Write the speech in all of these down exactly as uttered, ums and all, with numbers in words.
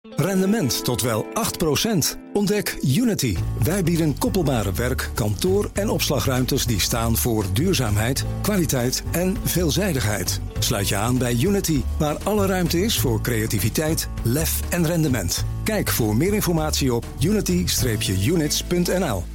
Rendement tot wel acht procent. Ontdek Unity. Wij bieden koppelbare werk, kantoor en opslagruimtes die staan voor duurzaamheid, kwaliteit en veelzijdigheid. Sluit je aan bij Unity, waar alle ruimte is voor creativiteit, lef en rendement. Kijk voor meer informatie op unity units punt n l.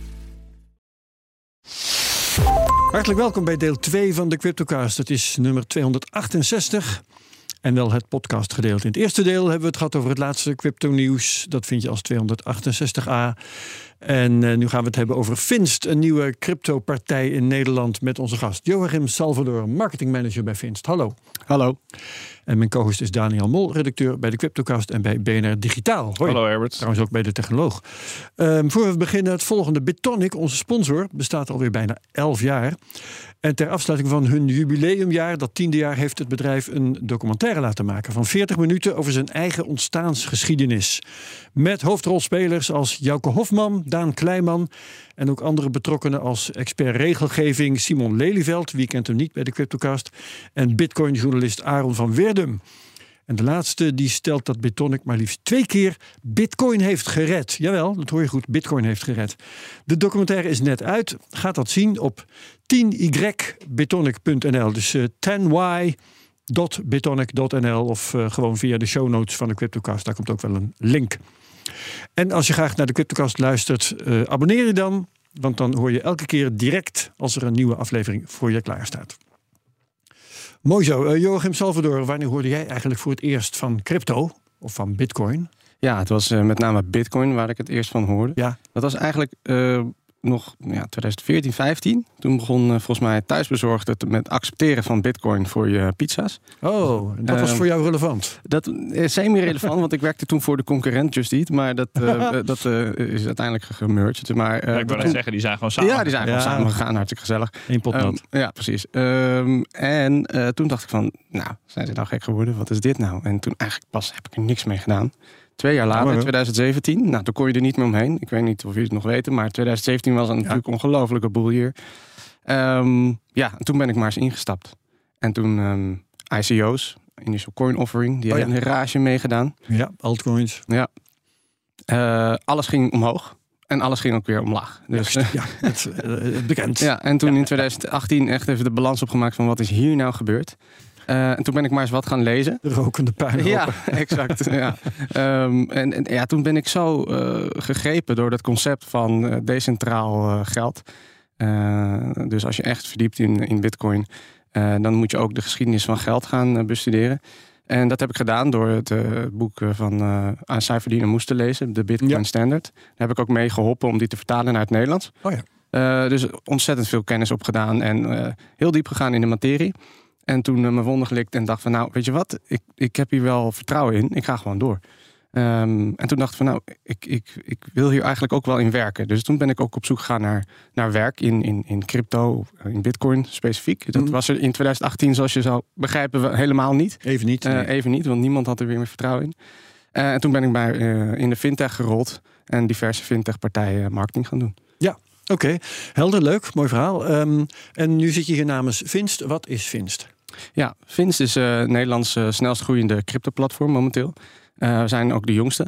Hartelijk welkom bij deel twee van de Cryptocast. Het is nummer tweehonderdachtenzestig. En wel het podcastgedeelte. In het eerste deel hebben we het gehad over het laatste crypto-nieuws. Dat vind je als tweehonderdachtenzestig a. En uh, nu gaan we het hebben over Finst, een nieuwe crypto-partij in Nederland met onze gast Joachim Salvador, marketingmanager bij Finst. Hallo. Hallo. En mijn co-host is Daniel Mol, redacteur bij de Cryptocast en bij B N R Digitaal. Hoi. Hallo Herbert. Trouwens ook bij de Technoloog. Um, voor we beginnen, het volgende. BitTonic, onze sponsor, bestaat alweer bijna elf jaar. En ter afsluiting van hun jubileumjaar, dat tiende jaar, heeft het bedrijf een documentaire laten maken van veertig minuten over zijn eigen ontstaansgeschiedenis. Met hoofdrolspelers als Jouke Hofman, Daan Kleijman en ook andere betrokkenen als expert regelgeving Simon Lelyveld, wie kent hem niet bij de Cryptocast, en Bitcoin-journalist Aaron van Weerdum. En de laatste die stelt dat BitTonic maar liefst twee keer Bitcoin heeft gered. Jawel, dat hoor je goed, Bitcoin heeft gered. De documentaire is net uit. Gaat dat zien op tien y bitonic punt n l. Dus uh, tien y bitonic punt n l of uh, gewoon via de show notes van de Cryptocast. Daar komt ook wel een link. En als je graag naar de Cryptocast luistert, uh, abonneer je dan. Want dan hoor je elke keer direct als er een nieuwe aflevering voor je klaar staat. Mooi zo. Uh, Joachim Salvador, wanneer hoorde jij eigenlijk voor het eerst van crypto of van Bitcoin? Ja, het was uh, met name Bitcoin waar ik het eerst van hoorde. Ja. Dat was eigenlijk uh, nog ja, twintig veertien, vijftien. Toen begon uh, volgens mij thuisbezorgd het met accepteren van Bitcoin voor je pizza's. Oh, dat was uh, voor jou relevant? Dat is semi-relevant, want ik werkte toen voor de concurrent Just Eat. Maar dat, uh, dat uh, is uiteindelijk gemerged. Maar, uh, ja, ik wil net zeggen, die zijn gewoon samen. Ja, die zijn ja. gewoon samen gegaan. Hartstikke gezellig. Eén pot nat. Um, ja, precies. Um, en uh, toen dacht ik van, nou, zijn ze nou gek geworden? Wat is dit nou? En toen eigenlijk pas heb ik er niks mee gedaan. Twee jaar later, in twintig zeventien, nou, toen kon je er niet meer omheen. Ik weet niet of jullie het nog weten, maar twintig zeventien was een ja. natuurlijk ongelofelijke boel hier. Um, ja, en toen ben ik maar eens ingestapt. En toen um, I C O's, Initial Coin Offering, die oh, hebben ja. een rage meegedaan. Ja, altcoins. Ja. Uh, alles ging omhoog. En alles ging ook weer omlaag. Dus, ja, ja het, uh, bekend. Ja, en toen in twintig achttien echt even de balans opgemaakt van wat is hier nou gebeurd. Uh, en toen ben ik maar eens wat gaan lezen. De rokende puinhopen. Ja, exact. ja. Um, en, en ja, toen ben ik zo uh, gegrepen door dat concept van uh, decentraal uh, geld. Uh, dus als je echt verdiept in, in Bitcoin, uh, dan moet je ook de geschiedenis van geld gaan uh, bestuderen. En dat heb ik gedaan door het uh, boek van uh, aan Saifedean Ammous te lezen, de Bitcoin ja. Standard. Daar heb ik ook mee geholpen om die te vertalen naar het Nederlands. Oh ja. Uh, dus ontzettend veel kennis opgedaan en uh, heel diep gegaan in de materie. En toen uh, mijn wonden gelikt en dacht van, nou, weet je wat? Ik, ik heb hier wel vertrouwen in. Ik ga gewoon door. Um, en toen dacht ik van, nou, ik, ik, ik wil hier eigenlijk ook wel in werken. Dus toen ben ik ook op zoek gegaan naar, naar werk in, in, in crypto, in Bitcoin specifiek. Dat mm. was er in twintig achttien, zoals je zou begrijpen, helemaal niet. Even niet. Uh, nee. Even niet, want niemand had er weer meer vertrouwen in. Uh, en toen ben ik bij, uh, in de fintech gerold en diverse fintech-partijen marketing gaan doen. Ja. Oké, okay. Helder, leuk, mooi verhaal. Um, en nu zit je hier namens Finst. Wat is Finst? Ja, Finst is uh, Nederlands uh, snelst groeiende crypto-platform momenteel. Uh, we zijn ook de jongste.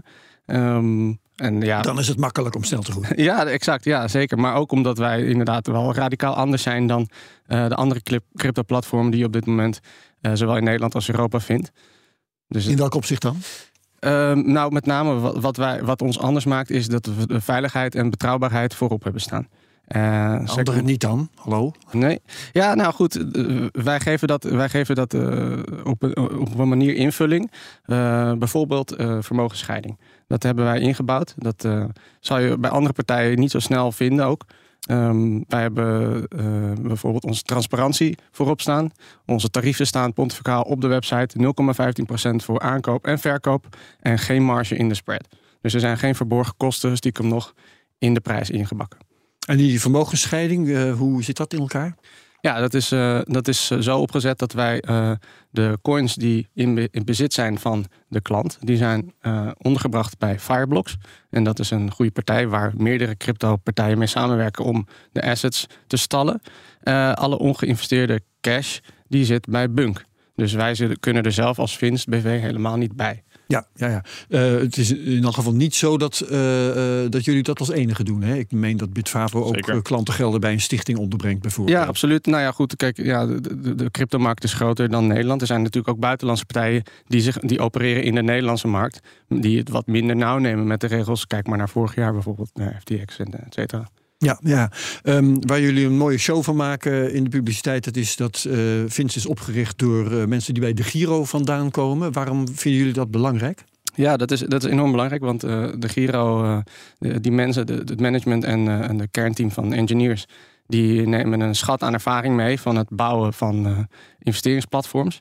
Um, en ja, dan is het makkelijk om snel te groeien. Ja, exact. Ja, zeker. Maar ook omdat wij inderdaad wel radicaal anders zijn dan uh, de andere crypto-platformen die je op dit moment uh, zowel in Nederland als Europa vindt. Dus in welk opzicht dan? Uh, nou, met name wat, wat, wij, wat ons anders maakt is dat we de veiligheid en betrouwbaarheid voorop hebben staan. Uh, Anderen niet dan? Hallo? Nee. Ja, nou goed. Uh, wij geven dat, wij geven dat uh, op, een, op een manier invulling. Uh, bijvoorbeeld uh, vermogensscheiding. Dat hebben wij ingebouwd. Dat uh, zal je bij andere partijen niet zo snel vinden ook. Um, wij hebben uh, bijvoorbeeld onze transparantie voorop staan. Onze tarieven staan pontificaal op de website. nul komma vijftien procent voor aankoop en verkoop. En geen marge in de spread. Dus er zijn geen verborgen kosten stiekem nog in de prijs ingebakken. En die vermogensscheiding, uh, hoe zit dat in elkaar? Ja, dat is, uh, dat is zo opgezet dat wij uh, de coins die in, be- in bezit zijn van de klant, die zijn uh, ondergebracht bij Fireblocks. En dat is een goede partij waar meerdere crypto-partijen mee samenwerken om de assets te stallen. Uh, alle ongeïnvesteerde cash, die zit bij Bunk. Dus wij zullen, kunnen er zelf als Finst B V helemaal niet bij. Ja, ja, ja. Uh, het is in elk geval niet zo dat, uh, uh, dat jullie dat als enige doen. Hè? Ik meen dat Bitfavo ook uh, klantengelden bij een stichting onderbrengt bijvoorbeeld. Ja, absoluut. Nou ja, goed. Kijk, ja, de, de, de cryptomarkt is groter dan Nederland. Er zijn natuurlijk ook buitenlandse partijen die, zich, die opereren in de Nederlandse markt. Die het wat minder nauw nemen met de regels. Kijk maar naar vorig jaar bijvoorbeeld, naar F T X en et cetera. Ja, ja. Um, waar jullie een mooie show van maken in de publiciteit, dat is dat uh, Vince is opgericht door uh, mensen die bij de Giro vandaan komen. Waarom vinden jullie dat belangrijk? Ja, dat is, dat is enorm belangrijk, want uh, de Giro, uh, de, die mensen, de, het management en, uh, en de kernteam van engineers, die nemen een schat aan ervaring mee van het bouwen van uh, investeringsplatforms.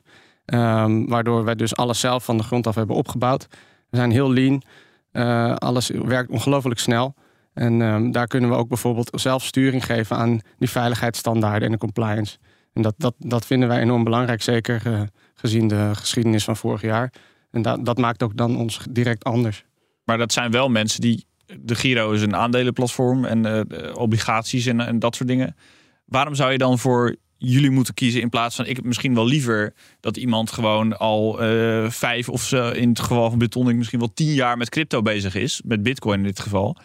Um, waardoor wij dus alles zelf van de grond af hebben opgebouwd. We zijn heel lean, uh, alles werkt ongelooflijk snel. En um, daar kunnen we ook bijvoorbeeld zelf sturing geven aan die veiligheidsstandaarden en de compliance. En dat, dat, dat vinden wij enorm belangrijk, zeker uh, gezien de geschiedenis van vorig jaar. En dat, dat maakt ook dan ons direct anders. Maar dat zijn wel mensen die... De Giro is een aandelenplatform en uh, obligaties en, en dat soort dingen. Waarom zou je dan voor jullie moeten kiezen in plaats van... Ik heb misschien wel liever dat iemand gewoon al uh, vijf of uh, in het geval van Bitonic misschien wel tien jaar met crypto bezig is. Met Bitcoin in dit geval.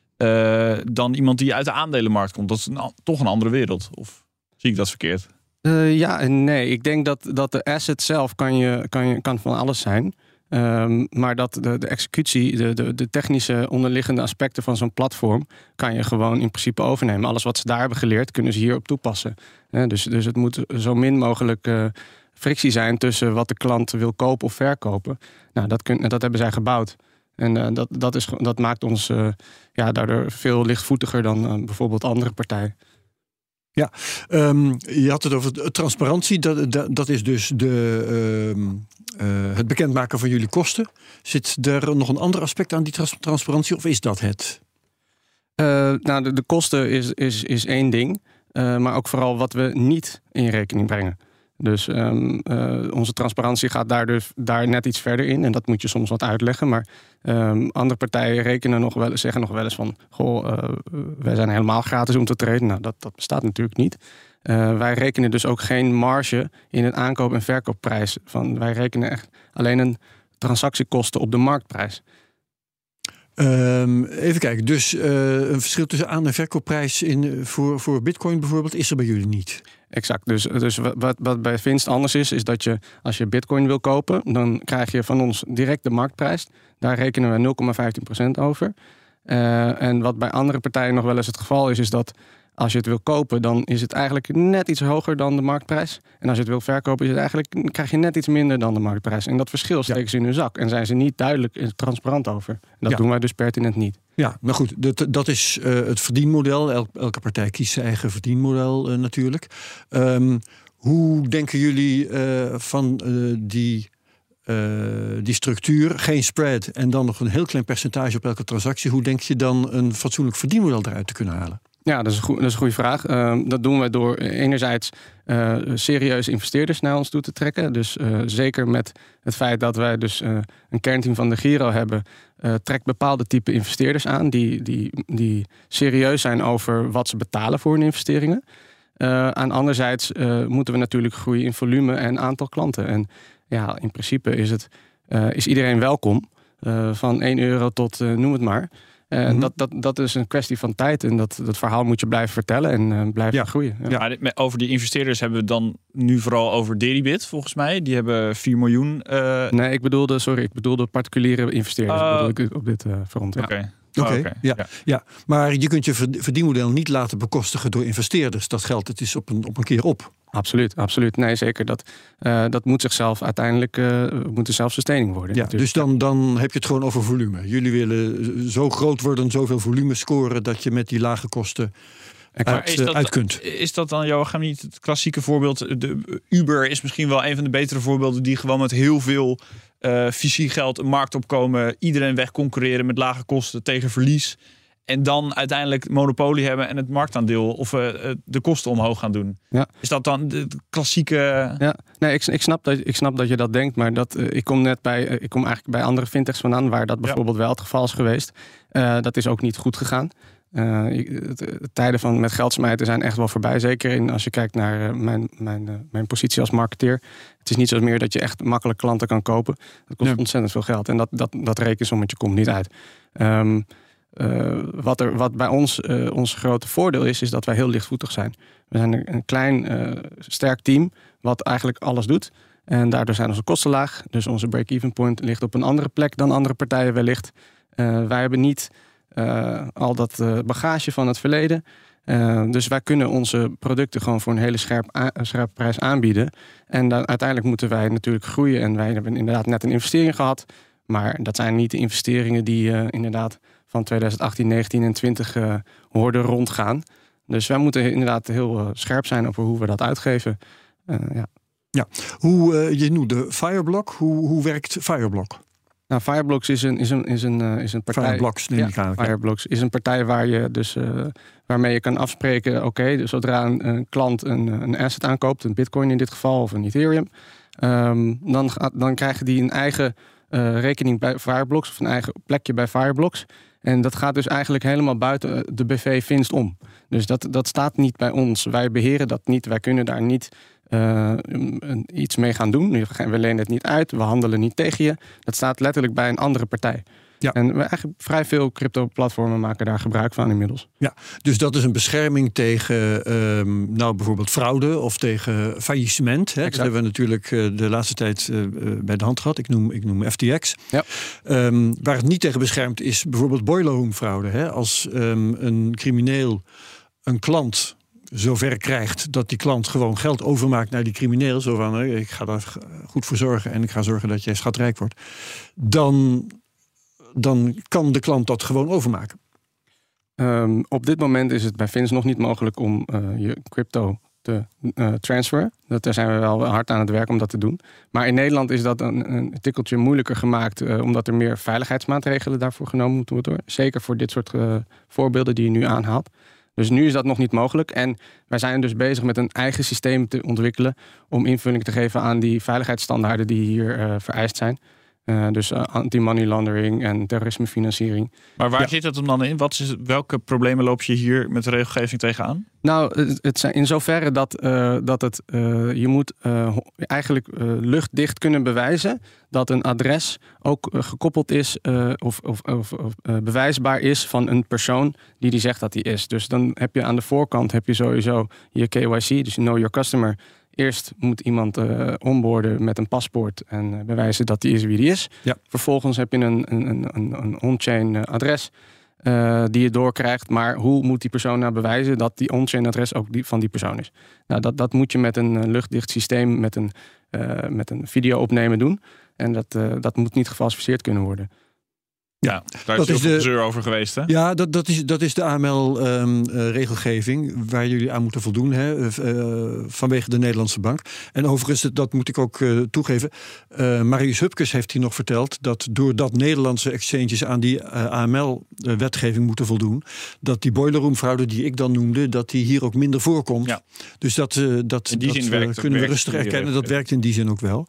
Uh, dan iemand die uit de aandelenmarkt komt. Dat is een, toch een andere wereld. Of zie ik dat verkeerd? Uh, ja en nee. Ik denk dat, dat de asset zelf kan, je, kan, je, kan van alles zijn. Um, maar dat de, de executie, de, de, de technische onderliggende aspecten van zo'n platform... kan je gewoon in principe overnemen. Alles wat ze daar hebben geleerd, kunnen ze hierop toepassen. Uh, dus, dus het moet zo min mogelijk uh, frictie zijn tussen wat de klant wil kopen of verkopen. Nou, dat, kun, dat hebben zij gebouwd. En uh, dat, dat, is, dat maakt ons uh, ja, daardoor veel lichtvoetiger dan uh, bijvoorbeeld andere partijen. Ja, um, je had het over transparantie. Dat, dat, dat is dus de, um, uh, het bekendmaken van jullie kosten. Zit er nog een ander aspect aan die trans- transparantie of is dat het? Uh, nou, de, de kosten is, is, is één ding. Uh, maar ook vooral wat we niet in rekening brengen. Dus um, uh, onze transparantie gaat daar, dus, daar net iets verder in. En dat moet je soms wat uitleggen. Maar um, andere partijen rekenen nog wel, zeggen nog wel eens van... Goh, uh, wij zijn helemaal gratis om te traden. Nou, dat, dat bestaat natuurlijk niet. Uh, wij rekenen dus ook geen marge in het aankoop- en verkoopprijs. Van, wij rekenen echt alleen een transactiekosten op de marktprijs. Um, even kijken, dus uh, een verschil tussen aan- en verkoopprijs in, voor, voor Bitcoin bijvoorbeeld is er bij jullie niet? Exact, dus, dus wat, wat bij Vinst anders is, is dat je als je Bitcoin wil kopen, dan krijg je van ons direct de marktprijs. Daar rekenen we nul komma vijftien procent over. Uh, en wat bij andere partijen nog wel eens het geval is, is dat als je het wil kopen, dan is het eigenlijk net iets hoger dan de marktprijs. En als je het wil verkopen, is het eigenlijk, krijg je net iets minder dan de marktprijs. En dat verschil steken ja. ze in hun zak. En zijn ze niet duidelijk en transparant over. En dat ja. doen wij dus pertinent niet. Ja, maar goed, dat, dat is uh, het verdienmodel. El, elke partij kiest zijn eigen verdienmodel uh, natuurlijk. Um, hoe denken jullie uh, van uh, die... Uh, die structuur, geen spread en dan nog een heel klein percentage op elke transactie. Hoe denk je dan een fatsoenlijk verdienmodel eruit te kunnen halen? Ja, dat is een, goed, dat is een goede vraag. Uh, dat doen we door enerzijds uh, serieuze investeerders naar ons toe te trekken. Dus uh, zeker met het feit dat wij dus uh, een kernteam van de Giro hebben, uh, trekt bepaalde type investeerders aan die, die, die serieus zijn over wat ze betalen voor hun investeringen. Uh, aan anderzijds uh, moeten we natuurlijk groeien in volume en aantal klanten. En ja, in principe is, het, uh, is iedereen welkom. Uh, van één euro tot uh, noem het maar. Uh, mm-hmm. dat, dat, dat is een kwestie van tijd. En dat, dat verhaal moet je blijven vertellen en uh, blijven ja. groeien. Ja. Ja, maar over die investeerders hebben we het dan nu vooral over Deribit, volgens mij. Die hebben vier miljoen. Uh... Nee, ik bedoelde, sorry, ik bedoelde particuliere investeerders. Uh... bedoel ik op dit uh, front. Oké. Ja. Oké, okay, oh, okay. ja, ja. ja. Maar je kunt je verdienmodel niet laten bekostigen door investeerders. Dat geldt, het is op een, op een keer op. Absoluut, absoluut. Nee, zeker. Dat, uh, dat moet zichzelf uiteindelijk uh, moet een zelfsustaining worden. Ja, dus dan, dan heb je het gewoon over volume. Jullie willen zo groot worden, zoveel volume scoren, dat je met die lage kosten uit, is dat, uit kunt. Is dat dan, Joachim, niet het klassieke voorbeeld? De Uber is misschien wel een van de betere voorbeelden die gewoon met heel veel uh, visiegeld een markt opkomen, iedereen wegconcurreren met lage kosten tegen verlies. En dan uiteindelijk monopolie hebben en het marktaandeel of uh, de kosten omhoog gaan doen. Ja. Is dat dan de klassieke... Ja, nee, ik, ik, snap dat, ik snap dat je dat denkt, maar dat, uh, ik kom net bij, uh, ik kom eigenlijk bij andere fintechs vandaan waar dat bijvoorbeeld ja. wel het geval is geweest. Uh, dat is ook niet goed gegaan. Uh, de tijden van met geld smijten zijn echt wel voorbij. Zeker in, als je kijkt naar uh, mijn, mijn, uh, mijn positie als marketeer. Het is niet zo meer dat je echt makkelijk klanten kan kopen. Dat kost ja. ontzettend veel geld. En dat, dat, dat rekensommetje komt niet uit. Um, uh, wat, er, wat bij ons uh, ons grote voordeel is, is dat wij heel lichtvoetig zijn. We zijn een, een klein, uh, sterk team wat eigenlijk alles doet. En daardoor zijn onze kosten laag. Dus onze break-even point ligt op een andere plek dan andere partijen wellicht. Uh, wij hebben niet uh, al dat uh, bagage van het verleden. Uh, dus wij kunnen onze producten gewoon voor een hele scherp a- scherpe prijs aanbieden. En dan, uiteindelijk moeten wij natuurlijk groeien. En wij hebben inderdaad net een investering gehad. Maar dat zijn niet de investeringen die uh, inderdaad van twintig achttien, negentien en twintig uh, hoorden rondgaan. Dus wij moeten inderdaad heel uh, scherp zijn over hoe we dat uitgeven. Uh, ja. Ja, hoe uh, je noemde Fireblock. Hoe, hoe werkt Fireblock? Nou, Fireblocks is een, is een, is een, uh, is een partij. Fireblocks neem ik ja, aan. Fireblocks is een partij waar je dus uh, waarmee je kan afspreken. Oké, okay, dus zodra een, een klant een, een asset aankoopt, een Bitcoin in dit geval of een Ethereum, um, dan, dan krijgen die een eigen uh, rekening bij Fireblocks of een eigen plekje bij Fireblocks. En dat gaat dus eigenlijk helemaal buiten de B V-vinst om. Dus dat, dat staat niet bij ons. Wij beheren dat niet. Wij kunnen daar niet uh, iets mee gaan doen. We lenen het niet uit. We handelen niet tegen je. Dat staat letterlijk bij een andere partij. Ja. En we eigenlijk vrij veel crypto-platformen maken daar gebruik van inmiddels. Ja, dus dat is een bescherming tegen um, nou bijvoorbeeld fraude of tegen faillissement. Hè? Dat hebben we natuurlijk uh, de laatste tijd uh, bij de hand gehad. Ik noem, ik noem F T X. Ja. Um, waar het niet tegen beschermd is bijvoorbeeld boiler room fraude. Hè? Als um, een crimineel een klant zover krijgt dat die klant gewoon geld overmaakt naar die crimineel. Zo van, uh, ik ga daar goed voor zorgen en ik ga zorgen dat jij schatrijk wordt. Dan... dan kan de klant dat gewoon overmaken. Um, op dit moment is het bij Fins nog niet mogelijk om uh, je crypto te uh, transferen. Dat, daar zijn we wel hard aan het werk om dat te doen. Maar in Nederland is dat een, een tikkeltje moeilijker gemaakt, uh, omdat er meer veiligheidsmaatregelen daarvoor genomen moeten worden. Zeker voor dit soort uh, voorbeelden die je nu aanhaalt. Dus nu is dat nog niet mogelijk. En wij zijn dus bezig met een eigen systeem te ontwikkelen om invulling te geven aan die veiligheidsstandaarden die hier uh, vereist zijn. Uh, dus uh, anti-money laundering en terrorismefinanciering. Maar waar ja. zit het hem dan in? Wat is, welke problemen loop je hier met de regelgeving tegenaan? Nou, het, het zijn in zoverre dat, uh, dat het, uh, je moet uh, eigenlijk uh, luchtdicht kunnen bewijzen dat een adres ook uh, gekoppeld is uh, of, of, of, of uh, bewijsbaar is van een persoon die die zegt dat die is. Dus dan heb je aan de voorkant heb je sowieso je K Y C, dus Know Your Customer. Eerst moet iemand uh, onboarden met een paspoort en uh, bewijzen dat die is wie die is. Ja. Vervolgens heb je een, een, een, een on-chain uh, adres uh, die je doorkrijgt. Maar hoe moet die persoon nou bewijzen dat die on-chain adres ook die, van die persoon is? Nou, dat, dat moet je met een uh, luchtdicht systeem, met een, uh, met een video opnemen doen. En dat, uh, dat moet niet gefalsificeerd kunnen worden. Ja, daar is, is heel veel zeur over geweest, hè? Ja, dat, dat, is, dat is de A M L-regelgeving um, uh, waar jullie aan moeten voldoen, hè, uh, vanwege de Nederlandse Bank. En overigens, dat moet ik ook uh, toegeven, uh, Marius Hupkes heeft hier nog verteld dat doordat Nederlandse exchanges aan die uh, A M L-wetgeving moeten voldoen, dat die boiler room fraude die ik dan noemde, dat die hier ook minder voorkomt. Ja. Dus dat, uh, dat, in die dat zin uh, werkt, kunnen we rustig erkennen. Dat werkt in die zin ook wel.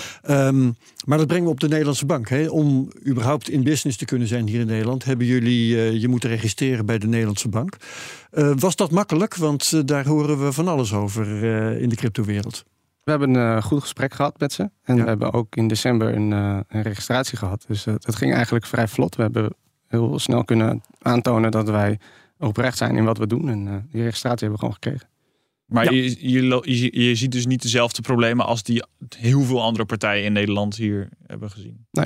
Um, maar dat brengen we op de Nederlandse Bank. Hè. Om überhaupt in business te kunnen zijn hier in Nederland, hebben jullie uh, je moeten registreren bij de Nederlandse Bank. Uh, was dat makkelijk? Want uh, daar horen we van alles over uh, in de cryptowereld. We hebben een uh, goed gesprek gehad met ze. En ja. we hebben ook in december een, uh, een registratie gehad. Dus uh, dat ging eigenlijk vrij vlot. We hebben heel snel kunnen aantonen dat wij oprecht zijn in wat we doen. En uh, die registratie hebben we gewoon gekregen. Maar ja. je, je, je, je ziet dus niet dezelfde problemen als die heel veel andere partijen in Nederland hier hebben gezien. Nee.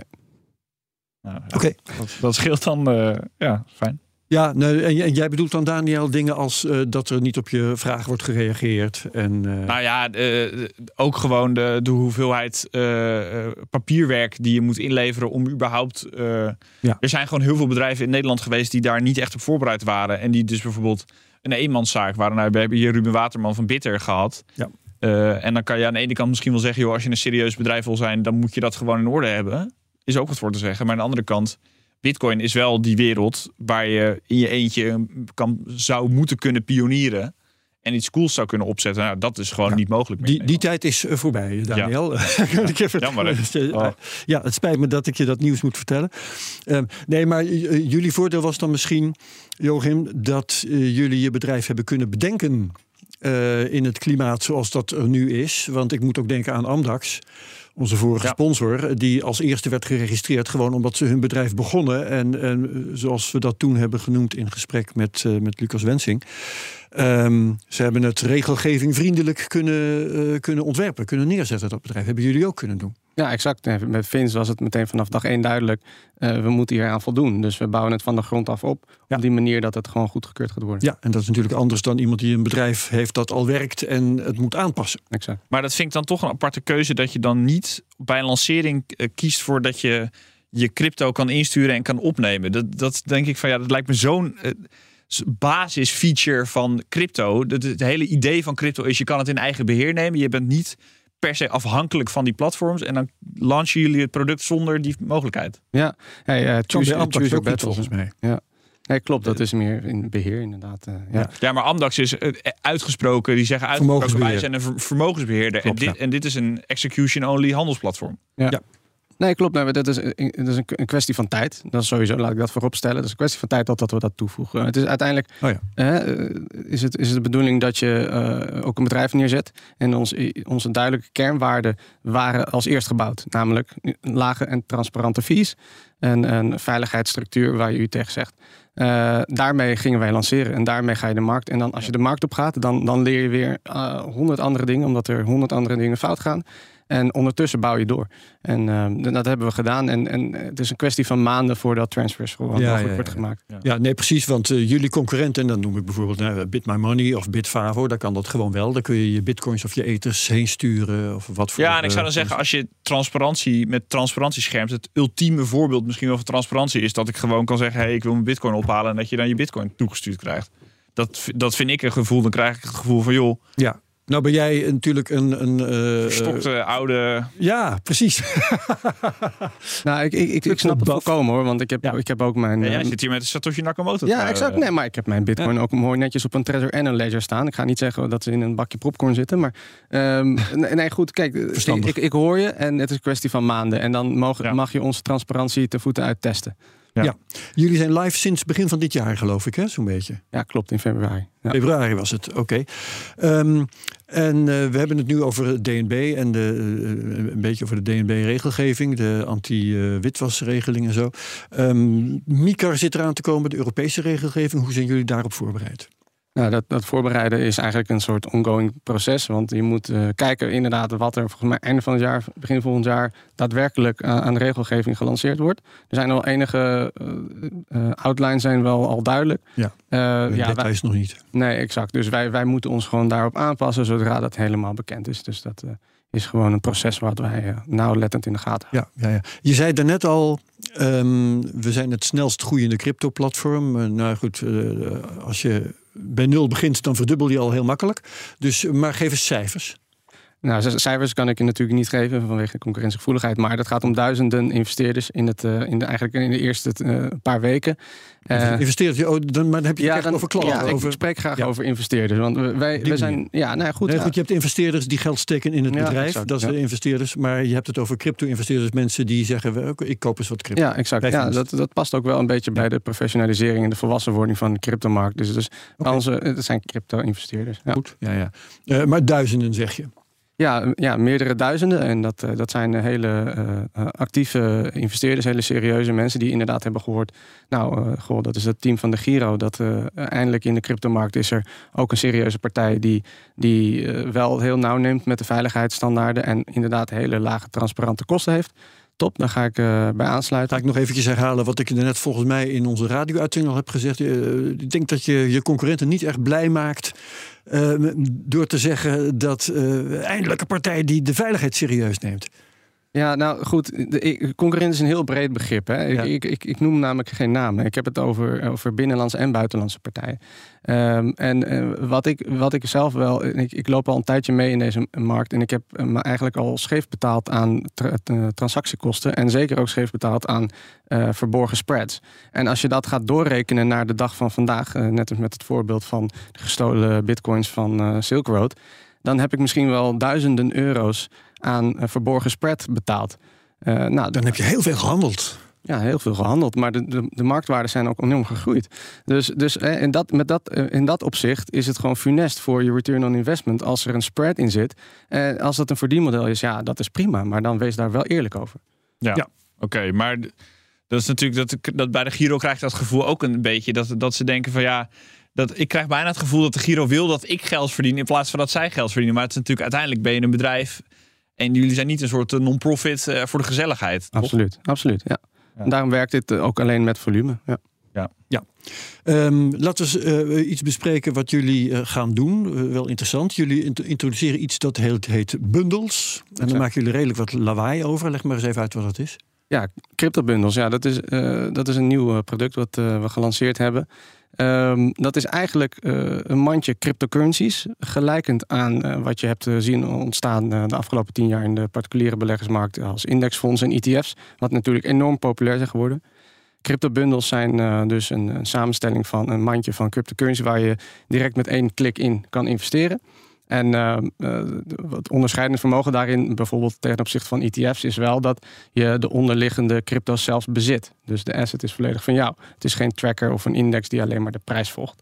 Nou, ja, Oké. dat, dat scheelt dan, uh, ja, fijn. Ja, nou, en, en jij bedoelt dan, Daniel, dingen als uh, dat er niet op je vraag wordt gereageerd? En, uh... Nou ja, uh, ook gewoon de, de hoeveelheid uh, papierwerk die je moet inleveren om überhaupt... Uh, ja. Er zijn gewoon heel veel bedrijven in Nederland geweest die daar niet echt op voorbereid waren. En die dus bijvoorbeeld een eenmanszaak waren. Nou, we hebben hier Ruben Waterman van Bitter gehad. Ja. Uh, en dan kan je aan de ene kant misschien wel zeggen, joh, als je een serieus bedrijf wil zijn, dan moet je dat gewoon in orde hebben. Is ook wat voor te zeggen. Maar aan de andere kant, Bitcoin is wel die wereld waar je in je eentje kan, zou moeten kunnen pionieren. en iets cools zou kunnen opzetten. Nou, dat is gewoon ja. niet mogelijk meer. Die, die tijd is uh, voorbij, Daniel. Ja. ik even Jammer, oh. Ja, het spijt me dat ik je dat nieuws moet vertellen. Um, nee, maar uh, jullie voordeel was dan misschien, Joachim, dat uh, jullie je bedrijf hebben kunnen bedenken uh, in het klimaat zoals dat er nu is. Want ik moet ook denken aan Amdax, onze vorige ja. sponsor, die als eerste werd geregistreerd, gewoon omdat ze hun bedrijf begonnen. En, en zoals we dat toen hebben genoemd in gesprek met, uh, met Lucas Wensing. Um, ze hebben het regelgeving vriendelijk kunnen, uh, kunnen ontwerpen, kunnen neerzetten, dat bedrijf. Hebben jullie ook kunnen doen? Ja, exact. Met Vince was het meteen vanaf dag één duidelijk. Uh, we moeten hier aan voldoen. Dus we bouwen het van de grond af op. Ja. Op die manier dat het gewoon goedgekeurd gaat worden. Ja, en dat is natuurlijk anders dan iemand die een bedrijf heeft dat al werkt en het moet aanpassen. Exact. Maar dat vind ik dan toch een aparte keuze dat je dan niet bij een lancering uh, kiest voor dat je je crypto kan insturen en kan opnemen. Dat, dat denk ik van ja, dat lijkt me zo'n uh, basisfeature van crypto. Het, het hele idee van crypto is je kan het in eigen beheer nemen. Je bent niet per se afhankelijk van die platforms. En dan launchen jullie het product zonder die mogelijkheid. Ja, hey, uh, choose, choose, choose your battles volgens mij. Ja. Nee, klopt. Dat is meer in beheer inderdaad. Uh, ja. ja, maar Amdax is uitgesproken. Die zeggen uitgesproken wij zijn een vermogensbeheerder. Klopt, en, dit, ja. en dit is een execution-only handelsplatform. Ja. ja. Nee, klopt. Nee, dat is, dat is een kwestie van tijd. Dat is sowieso, laat ik dat voorop stellen. Dat is een kwestie van tijd dat, dat we dat toevoegen. Het is uiteindelijk oh ja. eh, is, het, is het de bedoeling dat je uh, ook een bedrijf neerzet. En ons, onze duidelijke kernwaarden waren als eerst gebouwd. Namelijk lage en transparante fees. En een veiligheidsstructuur waar je u tegen zegt. Uh, daarmee gingen wij lanceren. En daarmee ga je de markt. En dan als je de markt op gaat, dan, dan leer je weer honderd uh, andere dingen. Omdat er honderd andere dingen fout gaan. En ondertussen bouw je door. En uh, dat hebben we gedaan. En, en het is een kwestie van maanden voordat transfers gewoon ja, mogelijk ja, wordt ja, gemaakt. Ja. ja, nee, precies. Want uh, jullie concurrenten, en dan noem ik bijvoorbeeld uh, BitMyMoney of Bitfavo, daar kan dat gewoon wel. Daar kun je je bitcoins of je ethers heen sturen of wat voor. Ja, en ik zou dan uh, zeggen, als je transparantie met transparantie schermt, het ultieme voorbeeld misschien wel van transparantie is dat ik gewoon kan zeggen, hey, ik wil mijn bitcoin ophalen en dat je dan je bitcoin toegestuurd krijgt. Dat, dat vind ik een gevoel. Dan krijg ik het gevoel van, joh. Ja. Nou ben jij natuurlijk een... een uh, verstokte, oude... Ja, precies. nou, ik, ik, ik, ik snap het volkomen hoor. Want ik heb, ja. ik heb ook mijn... Ja, jij zit hier met Satoshi Nakamoto. Ja, exact. Nee, maar ik heb mijn bitcoin ja. ook mooi netjes op een Trezor en een Ledger staan. Ik ga niet zeggen dat ze in een bakje popcorn zitten. Maar um, nee, goed. Kijk, ik, ik hoor je. En het is een kwestie van maanden. En dan mag, ja. mag je onze transparantie te voeten uit testen. Ja. ja, jullie zijn live sinds begin van dit jaar, geloof ik, hè? Zo'n beetje. Ja, klopt, in februari. Ja. Februari was het, oké. Okay. Um, en uh, we hebben het nu over het D N B en de, uh, een beetje over de D N B-regelgeving, de anti-witwasregeling en zo. Um, MiCAR zit eraan te komen, de Europese regelgeving. Hoe zijn jullie daarop voorbereid? Nou, dat, dat voorbereiden is eigenlijk een soort ongoing proces. Want je moet uh, kijken inderdaad wat er volgens mij einde van het jaar, begin volgend jaar, daadwerkelijk uh, aan regelgeving gelanceerd wordt. Er zijn al enige uh, uh, outlines zijn wel al duidelijk. Ja, uh, ja details nog niet. Nee, exact. Dus wij, wij moeten ons gewoon daarop aanpassen zodra dat helemaal bekend is. Dus dat uh, is gewoon een proces wat wij uh, nauwlettend in de gaten houden. Ja, ja, ja. Je zei daarnet al, um, we zijn het snelst groeiende crypto-platform. Uh, nou goed, uh, als je bij nul begint, dan verdubbel je al heel makkelijk. Dus, maar geef eens cijfers. Nou, cijfers kan ik je natuurlijk niet geven vanwege concurrentiegevoeligheid. Maar dat gaat om duizenden investeerders in, het, uh, in de, eigenlijk in de eerste uh, paar weken. Uh, investeerders, oh, dan, maar dan heb je het ja, echt dan, over klanten. Ja, over... ik spreek graag ja. over investeerders. Want wij, wij zijn... Ja, nou goed, nee, ja. goed. Je hebt investeerders die geld steken in het ja, bedrijf. Exact, dat zijn ja. de investeerders. Maar je hebt het over crypto-investeerders. Mensen die zeggen, ik koop eens wat crypto. Ja, exact. Ja, dat, dat past ook wel een beetje ja. bij de professionalisering en de volwassenwording van de cryptomarkt. Dus, dus okay. onze, het zijn crypto-investeerders. Ja. Goed, ja, ja. Uh, maar duizenden zeg je. Ja, ja, meerdere duizenden. En dat, uh, dat zijn hele uh, actieve investeerders, hele serieuze mensen die inderdaad hebben gehoord. Nou, uh, goh, dat is het team van de Giro. Dat uh, eindelijk in de cryptomarkt is er ook een serieuze partij die, die uh, wel heel nauw neemt met de veiligheidsstandaarden en inderdaad hele lage transparante kosten heeft. Top, daar ga ik uh, bij aansluiten. Ga ik nog eventjes herhalen wat ik net volgens mij in onze radio-uitzending al heb gezegd. Uh, ik denk dat je je concurrenten niet echt blij maakt Uh, door te zeggen dat uh, eindelijk een partij die de veiligheid serieus neemt. Ja, nou goed, de, concurrent is een heel breed begrip. Hè. Ik, ja. ik, ik, ik noem namelijk geen namen. Ik heb het over, over binnenlandse en buitenlandse partijen. Um, en uh, wat, ik, wat ik zelf wel... Ik, ik loop al een tijdje mee in deze markt... en ik heb me eigenlijk al scheef betaald aan tra- uh, transactiekosten... en zeker ook scheef betaald aan uh, verborgen spreads. En als je dat gaat doorrekenen naar de dag van vandaag... Uh, net als met het voorbeeld van de gestolen bitcoins van uh, Silk Road... dan heb ik misschien wel duizenden euro's aan uh, verborgen spread betaald. Uh, nou, dan heb je heel veel gehandeld. Ja, heel veel gehandeld, maar de, de, de marktwaarden zijn ook enorm gegroeid. Dus, dus eh, in, dat, met dat, eh, in dat opzicht is het gewoon funest voor je return on investment als er een spread in zit. Eh, als dat een verdienmodel is, ja, dat is prima, maar dan wees daar wel eerlijk over. Ja, ja. Oké, okay, maar dat is natuurlijk dat, dat bij de Giro krijg je dat gevoel ook een beetje dat, dat ze denken van ja. Dat, ik krijg bijna het gevoel dat de Giro wil dat ik geld verdien in plaats van dat zij geld verdienen. Maar het is natuurlijk uiteindelijk ben je een bedrijf en jullie zijn niet een soort non-profit uh, voor de gezelligheid. Absoluut, toch? absoluut, ja. Ja. En daarom werkt dit ook alleen met volume. Ja. Ja. Ja. Um, laten we uh, iets bespreken wat jullie uh, gaan doen. Uh, wel interessant. Jullie int- introduceren iets dat heet, heet bundles. En daar maken jullie redelijk wat lawaai over. Leg maar eens even uit wat dat is. Ja, crypto-bundles. Ja, dat is, uh, dat is een nieuw product wat uh, we gelanceerd hebben. Um, dat is eigenlijk uh, een mandje cryptocurrencies, gelijkend aan uh, wat je hebt uh, zien ontstaan uh, de afgelopen tien jaar in de particuliere beleggersmarkt als indexfondsen en E T F's, wat natuurlijk enorm populair zijn geworden. Cryptobundles zijn uh, dus een, een samenstelling van een mandje van cryptocurrency waar je direct met één klik in kan investeren. En uh, uh, het onderscheidend vermogen daarin, bijvoorbeeld ten opzichte van E T F's, is wel dat je de onderliggende crypto's zelfs bezit. Dus de asset is volledig van jou. Het is geen tracker of een index die alleen maar de prijs volgt.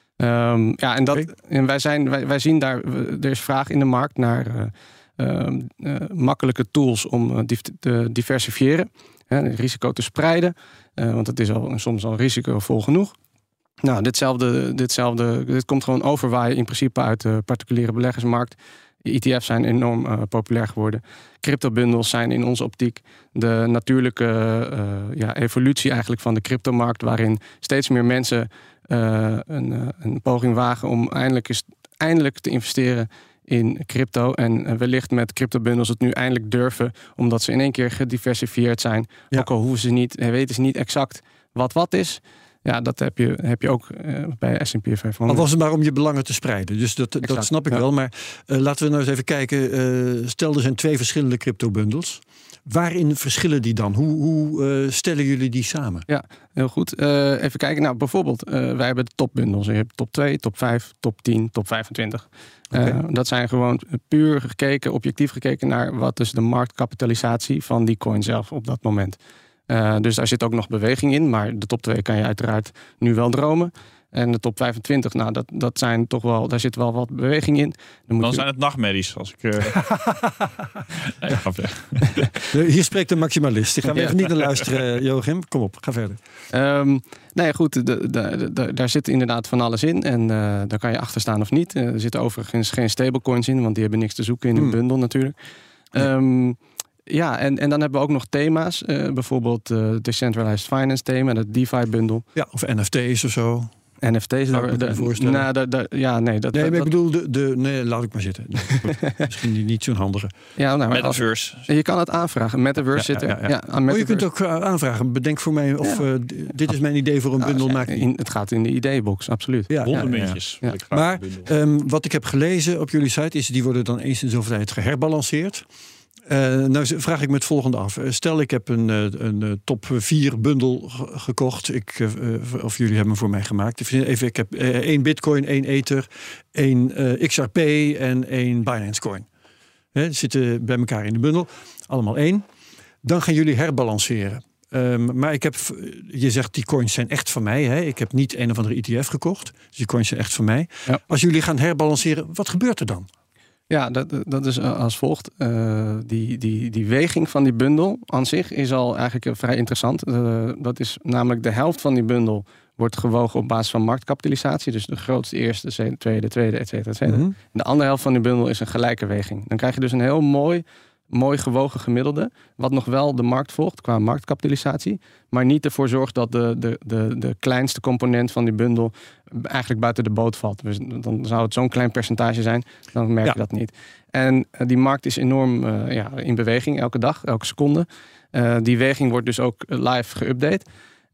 Um, ja, en, dat, okay. en wij, zijn, wij, wij zien daar, er is vraag in de markt naar uh, uh, uh, makkelijke tools om uh, te diversifiëren, hè, het risico te spreiden, uh, want het is al soms al risicovol genoeg. Nou, ditzelfde, ditzelfde, dit komt gewoon overwaaien in principe uit de particuliere beleggersmarkt. E T F's zijn enorm uh, populair geworden. Cryptobundles zijn in onze optiek de natuurlijke uh, ja, evolutie eigenlijk van de cryptomarkt, waarin steeds meer mensen uh, een, uh, een poging wagen om eindelijk, eens, eindelijk te investeren in crypto. En uh, wellicht met cryptobundles het nu eindelijk durven, omdat ze in één keer gediversifieerd zijn. Ja. Ook al hoeven ze niet, weten ze niet exact wat wat is. Ja, dat heb je, heb je ook uh, bij S en P vijfhonderd. Al was het maar om je belangen te spreiden. Dus dat, dat snap ik ja. wel. Maar uh, laten we nou eens even kijken. Uh, stel, er zijn twee verschillende crypto-bundles. Waarin verschillen die dan? Hoe, hoe uh, stellen jullie die samen? Ja, heel goed. Uh, even kijken. Nou, bijvoorbeeld, uh, wij hebben de topbundles. Je hebt top twee, top vijf, top tien, top vijfentwintig. Okay. Uh, dat zijn gewoon puur gekeken, objectief gekeken naar wat is de marktkapitalisatie van die coin zelf op dat moment. Uh, dus daar zit ook nog beweging in. Maar de top twee kan je uiteraard nu wel dromen. En de top vijfentwintig, nou, dat, dat zijn toch wel, daar zit wel wat beweging in. Dan, moet Dan je... zijn het nachtmerries. Als ik, uh... nee, ga verder. Hier spreekt de maximalist. Ik ga ja. even niet naar luisteren, Joachim. Kom op, ga verder. Um, nee, goed. De, de, de, de, daar zit inderdaad van alles in. En uh, daar kan je achter staan of niet. Uh, er zitten overigens geen stablecoins in, want die hebben niks te zoeken in hmm. een bundel natuurlijk. Um, nee. Ja, en, en dan hebben we ook nog thema's. Uh, bijvoorbeeld uh, Decentralized Finance thema, dat DeFi-bundel. Ja, of N F T's of zo. N F T's, daar, daar voorstellen. Nou, daar, daar, ja, nee, dat, nee, maar dat, ik bedoel, de, de, nee, laat ik maar zitten. Nee, misschien niet zo'n handige. Ja, nou, Metaverse. Als, je kan het aanvragen. Metaverse ja, zit er. Ja, ja, ja. Ja, aan oh, je kunt ook aanvragen. Bedenk voor mij of ja. uh, dit is mijn idee voor een bundel. Ja, maak in, het gaat in de ideebox, absoluut. Ja, Wondermuntjes. Ja, ja. Ja. Maar um, wat ik heb gelezen op jullie site is, die worden dan eens in zoveel tijd geherbalanceerd. Uh, nou vraag ik me het volgende af. Stel, ik heb een, een, een top vier bundel gekocht. Ik, uh, of jullie hebben hem voor mij gemaakt. Even, ik heb uh, één bitcoin, één ether, één uh, X R P en één Binance coin. He, die zitten bij elkaar in de bundel. Allemaal één. Dan gaan jullie herbalanceren. Um, maar ik heb, je zegt die coins zijn echt van mij. Hè? Ik heb niet een of andere E T F gekocht. Dus die coins zijn echt van mij. Ja. Als jullie gaan herbalanceren, wat gebeurt er dan? Ja, dat, dat is als volgt. Uh, die, die, die weging van die bundel aan zich is al eigenlijk vrij interessant. Uh, dat is namelijk de helft van die bundel wordt gewogen op basis van marktkapitalisatie. Dus de grootste eerste, de tweede, tweede, et cetera, et cetera. Mm-hmm. En de andere helft van die bundel is een gelijke weging. Dan krijg je dus een heel mooi mooi gewogen gemiddelde, wat nog wel de markt volgt qua marktkapitalisatie, maar niet ervoor zorgt dat de, de, de, de kleinste component van die bundel eigenlijk buiten de boot valt. Dus dan zou het zo'n klein percentage zijn, dan merk je ja. dat niet. En uh, die markt is enorm uh, ja, in beweging, elke dag, elke seconde. Uh, die weging wordt dus ook live geüpdate.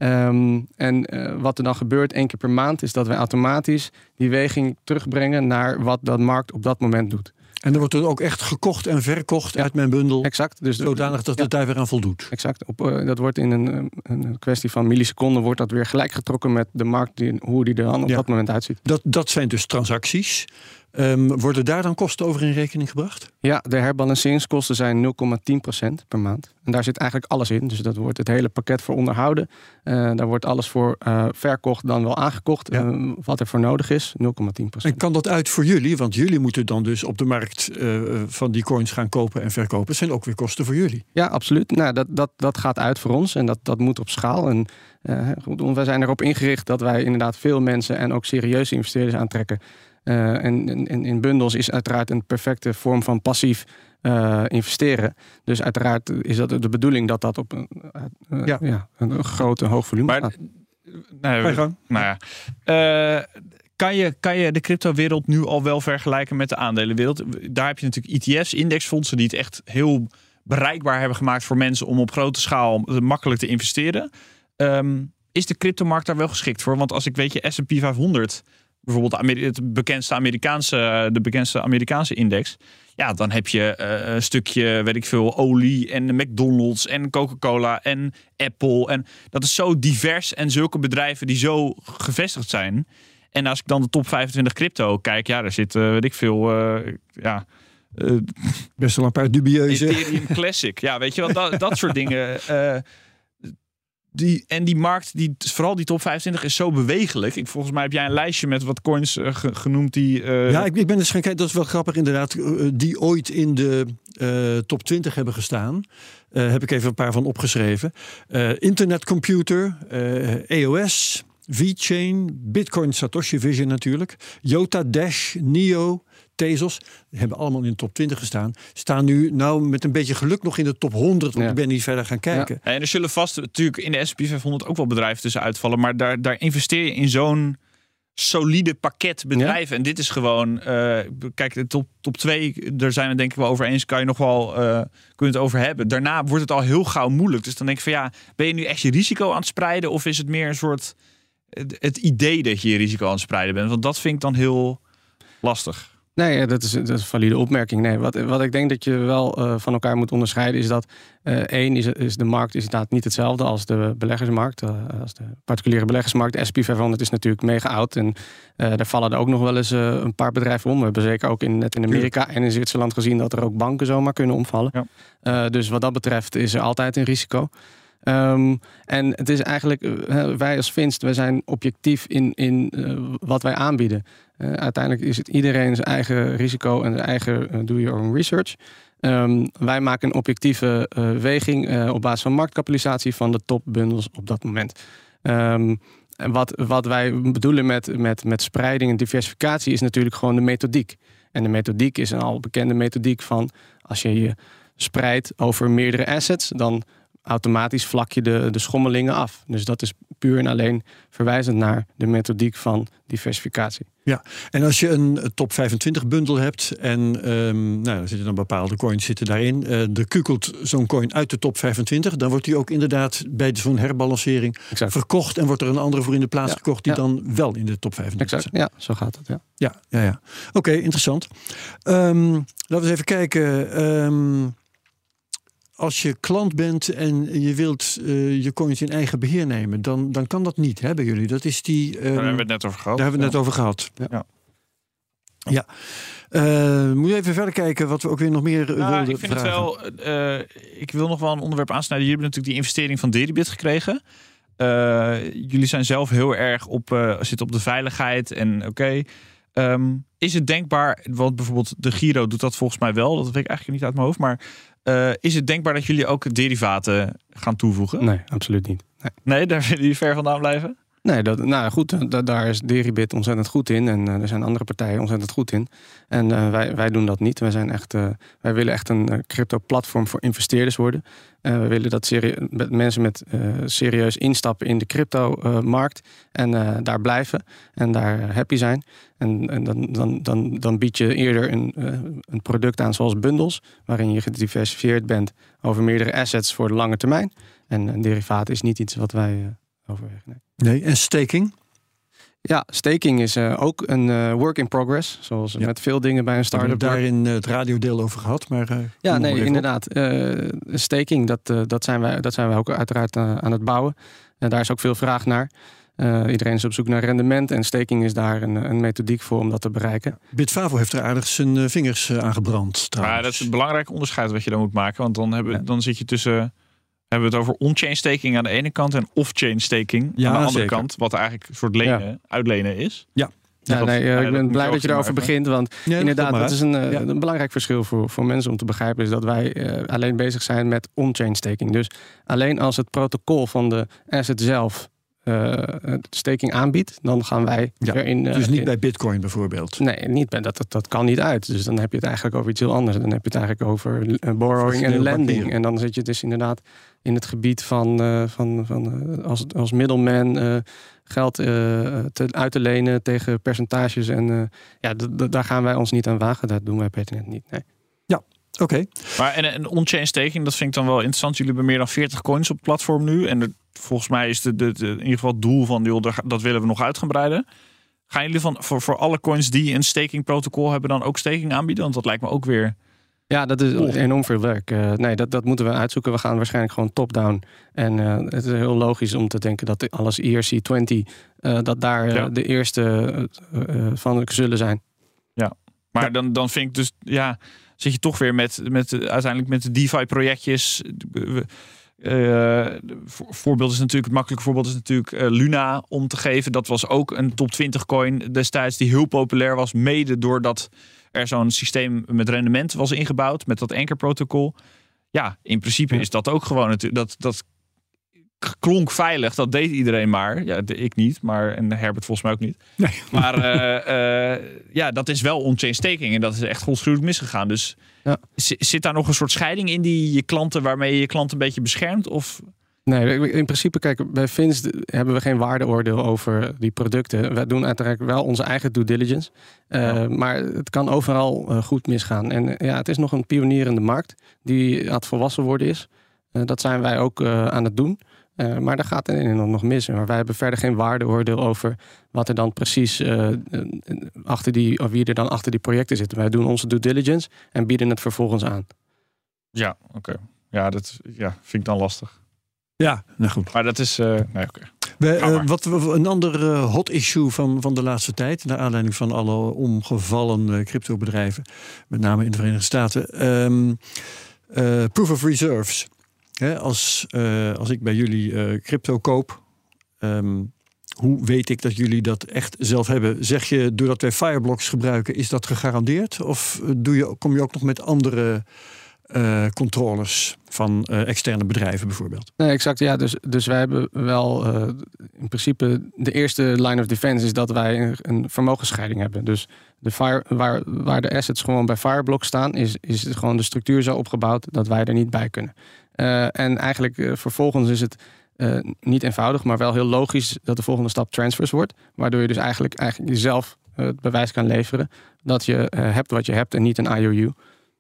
Um, en uh, wat er dan gebeurt één keer per maand, is dat wij automatisch die weging terugbrengen naar wat de markt op dat moment doet. En er wordt er ook echt gekocht en verkocht ja. uit mijn bundel. Exact. Dus zodanig dat ja. het daar weer aan voldoet. Exact. Op, uh, dat wordt in een, een kwestie van milliseconden wordt dat weer gelijk getrokken met de markt, die, hoe die er dan op ja. dat moment uitziet. Dat, dat zijn dus transacties. Um, worden daar dan kosten over in rekening gebracht? Ja, de herbalanceringskosten zijn nul komma tien procent per maand. En daar zit eigenlijk alles in. Dus dat wordt het hele pakket voor onderhouden. Uh, daar wordt alles voor uh, verkocht dan wel aangekocht. Ja. Uh, wat er voor nodig is, nul komma tien procent. En kan dat uit voor jullie? Want jullie moeten dan dus op de markt uh, van die coins gaan kopen en verkopen. Het zijn ook weer kosten voor jullie. Ja, absoluut. Nou, dat, dat, dat gaat uit voor ons en dat, dat moet op schaal. En uh, goed, wij zijn erop ingericht dat wij inderdaad veel mensen en ook serieuze investeerders aantrekken. Uh, en, en in bundels is uiteraard een perfecte vorm van passief uh, investeren. Dus uiteraard is dat de bedoeling dat dat op een, uh, ja. Ja, een groot en hoog volume maar, gaat. Nee, we, nou ja. uh, kan, je, kan je de cryptowereld nu al wel vergelijken met de aandelenwereld? Daar heb je natuurlijk E T F's, indexfondsen, die het echt heel bereikbaar hebben gemaakt voor mensen om op grote schaal makkelijk te investeren. Um, is de cryptomarkt daar wel geschikt voor? Want als ik weet je S en P vijfhonderd... bijvoorbeeld het bekendste Amerikaanse, de bekendste Amerikaanse index. Ja, dan heb je uh, een stukje, weet ik veel, olie en McDonald's en Coca-Cola en Apple. En dat is zo divers en zulke bedrijven die zo gevestigd zijn. En als ik dan de top vijfentwintig crypto kijk, ja, daar zit, uh, weet ik veel, uh, ja... Uh, best wel een paar dubieuze. Ethereum Classic. Ja, weet je wel, dat, dat soort dingen... Uh, Die, en die markt, die, vooral die top vijfentwintig, is zo bewegelijk. Ik, volgens mij heb jij een lijstje met wat coins uh, genoemd die... Uh... Ja, ik, ik ben eens gaan kijken. Dat is wel grappig inderdaad. Uh, die ooit in de uh, top twintig hebben gestaan. Uh, heb ik even een paar van opgeschreven. Uh, Internet Computer, uh, E O S, VeChain, Bitcoin Satoshi Vision natuurlijk. Iota, Dash, Neo, Tezos, die hebben allemaal in de top twintig gestaan. Staan nu nou met een beetje geluk nog in de top honderd. Want ja. ik ben niet verder gaan kijken. Ja. En er zullen vast natuurlijk in de S en P vijfhonderd ook wel bedrijven tussen uitvallen. Maar daar, daar investeer je in zo'n solide pakket bedrijven. Ja. En dit is gewoon... Uh, kijk, de top, top twee, daar zijn we denk ik wel over eens. Kan je nog wel uh, kun je het over hebben. Daarna wordt het al heel gauw moeilijk. Dus dan denk ik van ja, ben je nu echt je risico aan het spreiden? Of is het meer een soort... Het, het idee dat je je risico aan het spreiden bent? Want dat vind ik dan heel lastig. Nee, dat is, dat is een valide opmerking. Nee, wat, wat ik denk dat je wel uh, van elkaar moet onderscheiden is dat uh, één is, is de markt is inderdaad niet hetzelfde als de beleggersmarkt, uh, als de particuliere beleggersmarkt. De S en P vijfhonderd is natuurlijk mega oud en uh, daar vallen er ook nog wel eens uh, een paar bedrijven om. We hebben zeker ook in, net in Amerika en in Zwitserland gezien dat er ook banken zomaar kunnen omvallen. Ja. Uh, dus wat dat betreft is er altijd een risico. Um, en het is eigenlijk, uh, wij als Vinst, wij zijn objectief in, in uh, wat wij aanbieden. Uh, uiteindelijk is het iedereen zijn eigen risico en zijn eigen uh, do your own research. Um, wij maken een objectieve uh, weging uh, op basis van marktkapitalisatie van de topbundels op dat moment. Um, en wat, wat wij bedoelen met, met, met spreiding en diversificatie is natuurlijk gewoon de methodiek. En de methodiek is een al bekende methodiek van als je je spreidt over meerdere assets, dan automatisch vlak je de, de schommelingen af. Dus dat is puur en alleen verwijzend naar de methodiek van diversificatie. Ja, en als je een top vijfentwintig bundel hebt en um, nou, er zitten dan bepaalde coins zitten daarin. Uh, er kukelt zo'n coin uit de top vijfentwintig, dan wordt die ook inderdaad bij zo'n herbalancering exact. verkocht en wordt er een andere voor in de plaats ja, gekocht die ja. dan wel in de top vijfentwintig exact. Ja, zo gaat het. Ja, ja, ja. ja. Oké, okay, interessant. Um, laten we eens even kijken. Um, Als je klant bent en je wilt uh, je coins in eigen beheer nemen, dan, dan kan dat niet, hè, bij jullie. Dat is die. Um, daar hebben we het net over gehad. Daar hebben we het ja. net over gehad. Ja. ja. ja. Uh, moet je even verder kijken wat we ook weer nog meer nou, wilden ik vind vragen. Het wel. Uh, ik wil nog wel een onderwerp aansnijden. Jullie hebben natuurlijk die investering van Deribit gekregen. Uh, jullie zijn zelf heel erg op uh, zitten op de veiligheid en oké. Okay. Um, is het denkbaar, want bijvoorbeeld de Giro doet dat volgens mij wel, dat weet ik eigenlijk niet uit mijn hoofd, maar uh, is het denkbaar dat jullie ook derivaten gaan toevoegen? Nee, absoluut niet. Nee, nee daar willen jullie ver vandaan blijven? Nee, dat, nou goed, da, daar is Deribit ontzettend goed in. En uh, er zijn andere partijen ontzettend goed in. En uh, wij, wij doen dat niet. Wij, zijn echt, uh, wij willen echt een uh, crypto-platform voor investeerders worden. Uh, we willen dat serie- met mensen met uh, serieus instappen in de crypto-markt. Uh, en uh, daar blijven. En daar happy zijn. En, en dan, dan, dan, dan bied je eerder een, uh, een product aan zoals bundles. Waarin je gediversifieerd bent over meerdere assets voor de lange termijn. En een derivaat is niet iets wat wij uh, overwegen. Nee. Nee, en staking? Ja, staking is uh, ook een uh, work in progress. Zoals ja. met veel dingen bij een start-up. We hebben daar in het radiodeel over gehad. Maar, uh, ja, nee, inderdaad. Uh, staking, dat, uh, dat, zijn wij, dat zijn wij ook uiteraard uh, aan het bouwen. En daar is ook veel vraag naar. Uh, iedereen is op zoek naar rendement. En staking is daar een, een methodiek voor om dat te bereiken. Bitfavo heeft er aardig zijn vingers aangebrand. Trouwens. Maar dat is een belangrijk onderscheid wat je dan moet maken. Want dan, hebben, ja. dan zit je tussen... Hebben we het over on-chain staking aan de ene kant en off-chain staking ja, aan de andere zeker. kant. Wat eigenlijk een soort lenen, ja. uitlenen is. Ja, ja dat, nee, uh, ik ben blij dat je erover begint. Want ja, inderdaad, dat is een, uh, ja. een belangrijk verschil voor, voor mensen om te begrijpen. Is dat wij uh, alleen bezig zijn met on-chain staking. Dus alleen als het protocol van de asset zelf uh, staking aanbiedt, dan gaan wij ja, erin. Uh, dus niet in. bij Bitcoin bijvoorbeeld? Nee, niet bij, dat, dat, dat kan niet uit. Dus dan heb je het eigenlijk over iets heel anders. Dan heb je het eigenlijk over uh, borrowing en lending. Papier. En dan zit je dus inderdaad in het gebied van, uh, van, van uh, als, als middleman uh, geld uh, te, uit te lenen tegen percentages. En uh, ja, d- d- daar gaan wij ons niet aan wagen. Dat doen wij Peternet niet. Nee. Ja, oké. Okay. Maar en een on-chain staking, dat vind ik dan wel interessant. Jullie hebben meer dan veertig coins op het platform nu. En de, volgens mij is de, de, de, in ieder geval het doel van, joh, dat willen we nog uit gaan breiden. Gaan jullie van voor, voor alle coins die een staking protocol hebben dan ook staking aanbieden? Want dat lijkt me ook weer... Ja, dat is oh. enorm veel werk. Uh, nee, dat, dat moeten we uitzoeken. We gaan waarschijnlijk gewoon top-down. En uh, het is heel logisch om te denken dat alles E R C twintig... Uh, dat daar uh, ja. de eerste uh, uh, van zullen zijn. Ja, maar ja. Dan, dan vind ik dus... ja, zit je toch weer met, met uiteindelijk met de DeFi-projectjes... Uh, voorbeeld is natuurlijk, het makkelijke voorbeeld is natuurlijk uh, Luna om te geven. Dat was ook een top twintig coin destijds die heel populair was. Mede doordat er zo'n systeem met rendement was ingebouwd. Met dat Anchor protocol. Ja, in principe ja. is dat ook gewoon... Dat, dat klonk veilig, dat deed iedereen maar. Ja, ik niet, maar en Herbert volgens mij ook niet. Nee. Maar uh, uh, ja, dat is wel on-chain staking. En dat is echt godsgruwelijk misgegaan. Dus ja. zit daar nog een soort scheiding in die je klanten, waarmee je je klant een beetje beschermt? Of... Nee, in principe, kijk, bij Fins hebben we geen waardeoordeel over die producten. Wij doen uiteraard wel onze eigen due diligence. Uh, ja. Maar het kan overal uh, goed misgaan. En uh, ja, het is nog een pionier in de markt die aan het volwassen worden is. Uh, dat zijn wij ook uh, aan het doen. Uh, maar daar gaat het een en ander nog mis. Maar wij hebben verder geen waardeoordeel over wat er dan precies uh, achter die, of wie er dan achter die projecten zitten. Wij doen onze due diligence en bieden het vervolgens aan. Ja, oké. Okay. Ja, dat ja, vind ik dan lastig. Ja, nou goed. Maar dat is... Uh, nee, oké. Okay. Uh, wat een ander uh, hot issue van, van de laatste tijd, naar aanleiding van alle omgevallen uh, cryptobedrijven, met name in de Verenigde Staten. Um, uh, proof of reserves. He, als, uh, als ik bij jullie uh, crypto koop, um, hoe weet ik dat jullie dat echt zelf hebben? Zeg je, doordat wij Fireblocks gebruiken, is dat gegarandeerd? Of doe je, kom je ook nog met andere uh, controllers van uh, externe bedrijven bijvoorbeeld? Nee, exact. Ja, dus, dus wij hebben wel uh, in principe de eerste line of defense is dat wij een, een vermogensscheiding hebben. Dus de fire, waar, waar de assets gewoon bij Fireblocks staan, is, is gewoon de structuur zo opgebouwd dat wij er niet bij kunnen. Uh, en eigenlijk uh, vervolgens is het uh, niet eenvoudig, maar wel heel logisch dat de volgende stap transfers wordt. Waardoor je dus eigenlijk, eigenlijk jezelf uh, het bewijs kan leveren dat je uh, hebt wat je hebt en niet een I O U.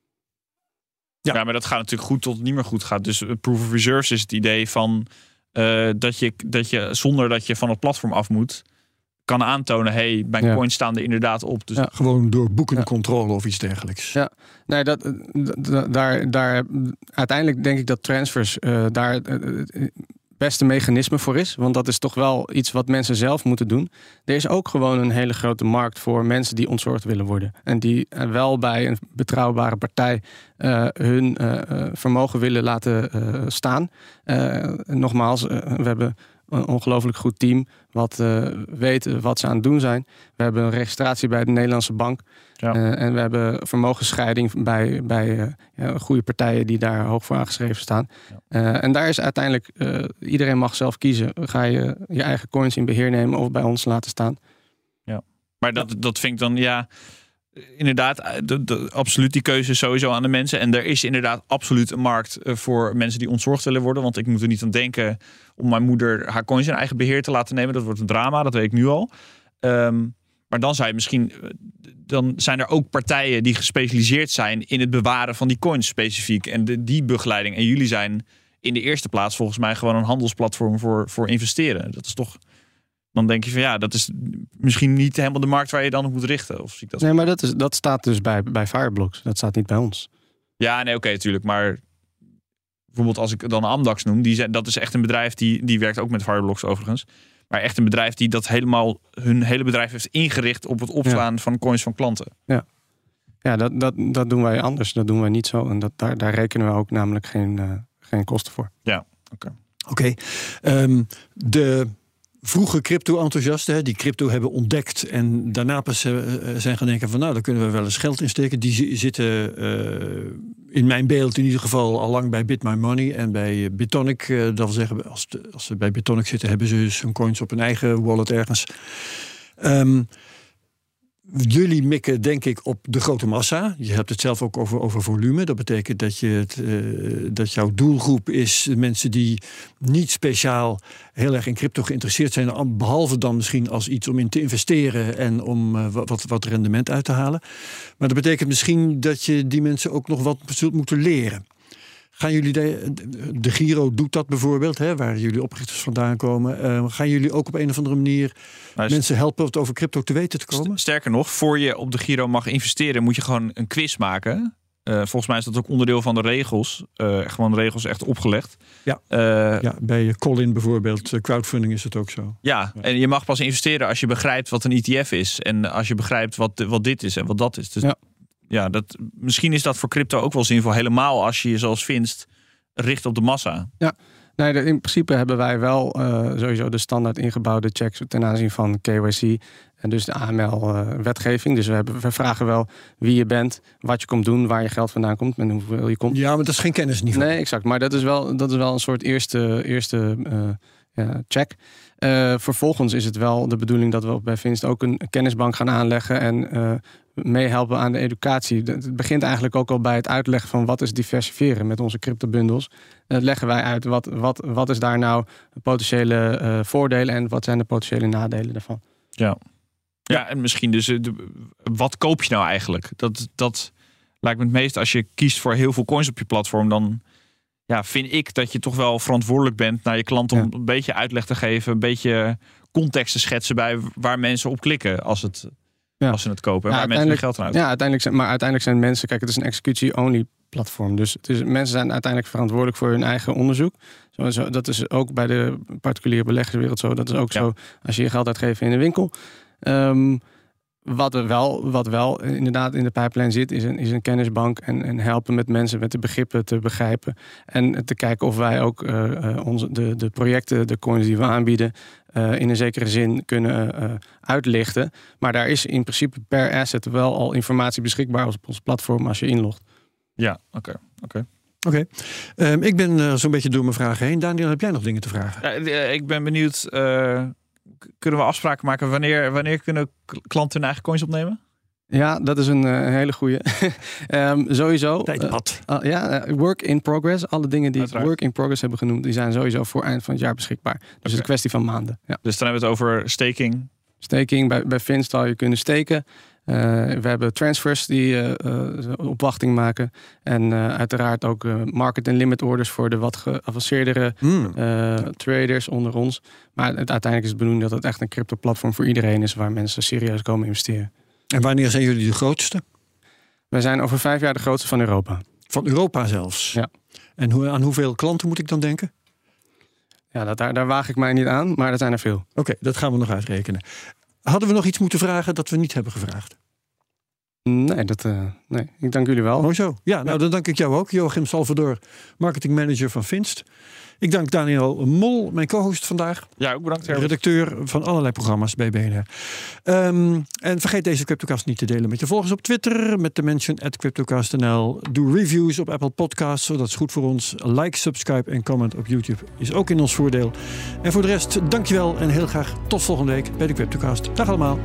Ja. ja, maar dat gaat natuurlijk goed tot het niet meer goed gaat. Dus proof of reserves is het idee van uh, dat, je, dat je zonder dat je van het platform af moet, kan aantonen, hey, mijn ja. coins staan er inderdaad op. Dus ja. Gewoon door boekencontrole ja. of iets dergelijks. Ja, nee, dat, d- daar, daar uiteindelijk denk ik dat transfers uh, daar het uh, beste mechanisme voor is. Want dat is toch wel iets wat mensen zelf moeten doen. Er is ook gewoon een hele grote markt voor mensen die ontzorgd willen worden. En die uh, wel bij een betrouwbare partij uh, hun uh, vermogen willen laten uh, staan. Uh, nogmaals, uh, we hebben een ongelooflijk goed team wat uh, weet wat ze aan het doen zijn. We hebben een registratie bij de Nederlandse Bank. Ja. Uh, en we hebben vermogensscheiding bij, bij uh, ja, goede partijen die daar hoog voor aangeschreven staan. Ja. Uh, en daar is uiteindelijk, uh, iedereen mag zelf kiezen. Ga je je eigen coins in beheer nemen of bij ons laten staan. Ja, maar dat, dat vind ik dan, ja... Inderdaad, de, de, absoluut die keuze is sowieso aan de mensen. En er is inderdaad absoluut een markt voor mensen die ontzorgd willen worden. Want ik moet er niet aan denken om mijn moeder haar coins in eigen beheer te laten nemen. Dat wordt een drama, dat weet ik nu al. Um, maar dan zou je misschien... Dan zijn er ook partijen die gespecialiseerd zijn in het bewaren van die coins specifiek. En de, die begeleiding. En jullie zijn in de eerste plaats volgens mij gewoon een handelsplatform voor, voor investeren. Dat is toch... Dan denk je van ja, dat is misschien niet helemaal de markt waar je dan op moet richten. Of zie ik dat nee, maar dat, is, dat staat dus bij, bij Fireblocks. Dat staat niet bij ons. Ja, nee, oké, okay, natuurlijk. Maar bijvoorbeeld als ik dan Amdax noem, die zijn, dat is echt een bedrijf die, die werkt ook met Fireblocks overigens. Maar echt een bedrijf die dat helemaal hun hele bedrijf heeft ingericht op het opslaan ja. van coins van klanten. Ja, ja dat, dat, dat doen wij anders. Dat doen wij niet zo. En dat, daar, daar rekenen we ook namelijk geen, uh, geen kosten voor. Ja, oké. Okay. Oké, okay. um, de... Vroege crypto-enthousiasten die crypto hebben ontdekt en daarna pas uh, zijn gaan denken van nou, daar kunnen we wel eens geld in steken. Die zitten uh, in mijn beeld in ieder geval al lang bij BitMyMoney en bij Bitonic. Uh, dat wil zeggen, als, de, als ze bij Bitonic zitten, hebben ze dus hun coins op hun eigen wallet ergens. Um, Jullie mikken denk ik op de grote massa. Je hebt het zelf ook over, over volume. Dat betekent dat, je het, uh, dat jouw doelgroep is mensen die niet speciaal heel erg in crypto geïnteresseerd zijn. Behalve dan misschien als iets om in te investeren en om uh, wat, wat rendement uit te halen. Maar dat betekent misschien dat je die mensen ook nog wat zult moeten leren. Gaan jullie de, de Giro doet dat bijvoorbeeld, hè, waar jullie oprichters vandaan komen. Uh, gaan jullie ook op een of andere manier nou, mensen helpen wat over crypto te weten te komen? Sterker nog, voor je op de Giro mag investeren, moet je gewoon een quiz maken. Uh, volgens mij is dat ook onderdeel van de regels. Uh, gewoon de regels echt opgelegd. Ja, uh, ja bij Colin bijvoorbeeld, crowdfunding is het ook zo. Ja, ja, en je mag pas investeren als je begrijpt wat een E T F is. En als je begrijpt wat, wat dit is en wat dat is. Dus ja. Ja, dat, misschien is dat voor crypto ook wel zinvol. Helemaal als je je zoals Finst richt op de massa. Ja, nee, in principe hebben wij wel uh, sowieso de standaard ingebouwde checks ten aanzien van K Y C. En dus de A M L-wetgeving. Uh, dus we, hebben, we vragen wel wie je bent, wat je komt doen, waar je geld vandaan komt en hoeveel je komt. Ja, maar dat is geen kennisniveau. Nee, exact. Maar dat is wel, dat is wel een soort eerste, eerste uh, ja, check. Uh, vervolgens is het wel de bedoeling dat we bij Finst ook een kennisbank gaan aanleggen en uh, meehelpen aan de educatie. Het begint eigenlijk ook al bij het uitleggen van wat is diversifiëren met onze cryptobundels. Uh, leggen wij uit wat, wat, wat is daar nou potentiële uh, voordelen en wat zijn de potentiële nadelen daarvan. Ja, ja en misschien dus uh, de, wat koop je nou eigenlijk? Dat, dat lijkt me het meest als je kiest voor heel veel coins op je platform, dan ja, vind ik dat je toch wel verantwoordelijk bent naar je klant om ja. een beetje uitleg te geven, een beetje context te schetsen bij waar mensen op klikken als, het, ja. als ze het kopen. En ja, waar mensen hun geld aan uit. Ja, uiteindelijk zijn, maar uiteindelijk zijn mensen, kijk, het is een executie-only platform. Dus het is, mensen zijn uiteindelijk verantwoordelijk voor hun eigen onderzoek. Zo, zo, dat is ook bij de particuliere beleggerswereld zo. Dat is ook ja. zo als je je geld uitgeeft in een winkel. Um, Wat, we wel, wat wel inderdaad in de pijplijn zit, is een, is een kennisbank. En, en helpen met mensen met de begrippen te begrijpen. En te kijken of wij ook uh, onze, de, de projecten, de coins die we aanbieden, uh, in een zekere zin kunnen uh, uitlichten. Maar daar is in principe per asset wel al informatie beschikbaar op ons platform als je inlogt. Ja, oké. Okay, okay. Oké, okay. um, ik ben uh, zo'n beetje door mijn vragen heen. Daniel, heb jij nog dingen te vragen? Ja, ik ben benieuwd. Uh... Kunnen we afspraken maken? Wanneer, wanneer kunnen klanten hun eigen coins opnemen? Ja, dat is een, uh, een hele goeie. um, sowieso. Tijdpad. Uh, uh, ja, uh, work in progress. Alle dingen die Uiteraard. work in progress hebben genoemd, die zijn sowieso voor eind van het jaar beschikbaar. Dus okay. het is een kwestie van maanden. Ja. Dus dan hebben we het over staking. Staking, bij, bij Finst zal je kunnen steken. Uh, we hebben transfers die uh, uh, opwachting maken. En uh, uiteraard ook uh, market en limit orders voor de wat geavanceerdere mm. uh, traders onder ons. Maar het, uiteindelijk is het bedoeling dat het echt een crypto platform voor iedereen is waar mensen serieus komen investeren. En wanneer zijn jullie de grootste? Wij zijn over vijf jaar de grootste van Europa. Van Europa zelfs? Ja. En hoe, aan hoeveel klanten moet ik dan denken? Ja, dat, daar, daar waag ik mij niet aan, maar dat zijn er veel. Oké, okay, dat gaan we nog uitrekenen. Hadden we nog iets moeten vragen dat we niet hebben gevraagd? Nee, dat, uh, nee. ik dank jullie wel. Mooi zo. Ja, nou ja. Dan dank ik jou ook. Joachim Salvador, marketing manager van Finst. Ik dank Daniel Mol, mijn co-host vandaag. Ja, ook bedankt. Herbert. Redacteur van allerlei programma's bij B N R. Um, en vergeet deze CryptoCast niet te delen met je volgers op Twitter. Met de mention at CryptoCast punt n l. Doe reviews op Apple Podcasts. Dat is goed voor ons. Like, subscribe en comment op YouTube is ook in ons voordeel. En voor de rest, dankjewel en heel graag tot volgende week bij de CryptoCast. Dag allemaal.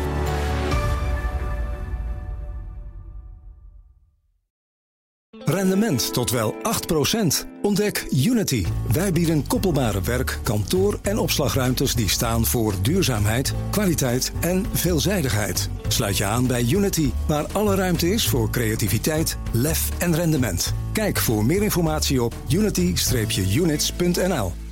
Rendement tot wel acht procent. Ontdek Unity. Wij bieden koppelbare werk, kantoor en opslagruimtes die staan voor duurzaamheid, kwaliteit en veelzijdigheid. Sluit je aan bij Unity, waar alle ruimte is voor creativiteit, lef en rendement. Kijk voor meer informatie op unity dash units punt n l.